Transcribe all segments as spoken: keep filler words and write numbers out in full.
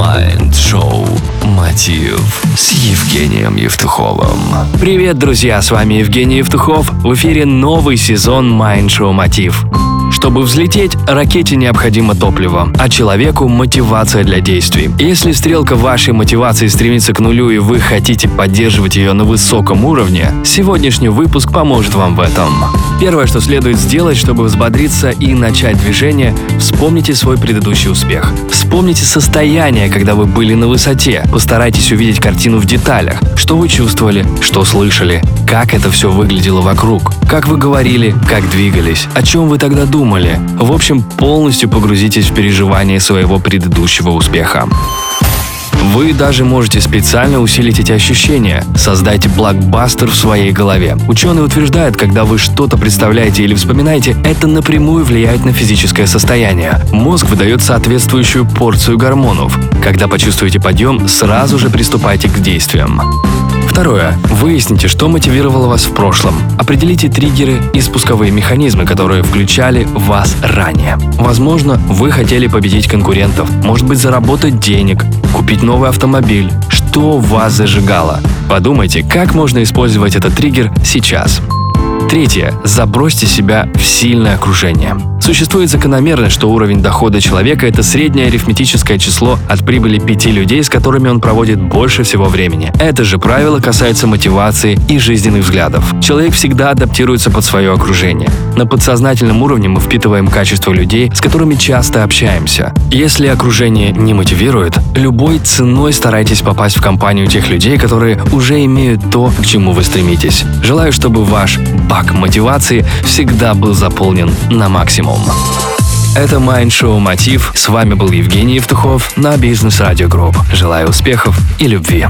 Майнд-шоу «Мотив» с Евгением Евтуховым. Привет, друзья, с вами Евгений Евтухов. В эфире новый сезон Майнд-шоу «Мотив». Чтобы взлететь, ракете необходимо топливо, а человеку — мотивация для действий. Если стрелка вашей мотивации стремится к нулю и вы хотите поддерживать ее на высоком уровне, сегодняшний выпуск поможет вам в этом. Первое, что следует сделать, чтобы взбодриться и начать движение, вспомните свой предыдущий успех. Вспомните состояние, когда вы были на высоте. Постарайтесь увидеть картину в деталях. Что вы чувствовали, что слышали, как это все выглядело вокруг, как вы говорили, как двигались, о чем вы тогда думали. В общем, полностью погрузитесь в переживание своего предыдущего успеха. Вы даже можете специально усилить эти ощущения. Создайте блокбастер в своей голове. Ученые утверждают, когда вы что-то представляете или вспоминаете, это напрямую влияет на физическое состояние. Мозг выдает соответствующую порцию гормонов. Когда почувствуете подъем, сразу же приступайте к действиям. Второе. Выясните, что мотивировало вас в прошлом. Определите триггеры и спусковые механизмы, которые включали вас ранее. Возможно, вы хотели победить конкурентов, может быть, заработать денег, купить новый автомобиль. Что вас зажигало? Подумайте, как можно использовать этот триггер сейчас. Третье. Забросьте себя в сильное окружение. Существует закономерность, что уровень дохода человека – это среднее арифметическое число от прибыли пяти людей, с которыми он проводит больше всего времени. Это же правило касается мотивации и жизненных взглядов. Человек всегда адаптируется под свое окружение. На подсознательном уровне мы впитываем качество людей, с которыми часто общаемся. Если окружение не мотивирует, любой ценой старайтесь попасть в компанию тех людей, которые уже имеют то, к чему вы стремитесь. Желаю, чтобы ваш бак мотивации всегда был заполнен на максимум. Это Майнд-шоу «Мотив». С вами был Евгений Евтухов на Бизнес Радио Групп. Желаю успехов и любви.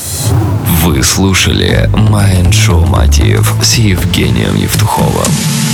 Вы слушали Майнд-шоу «Мотив» с Евгением Евтуховым.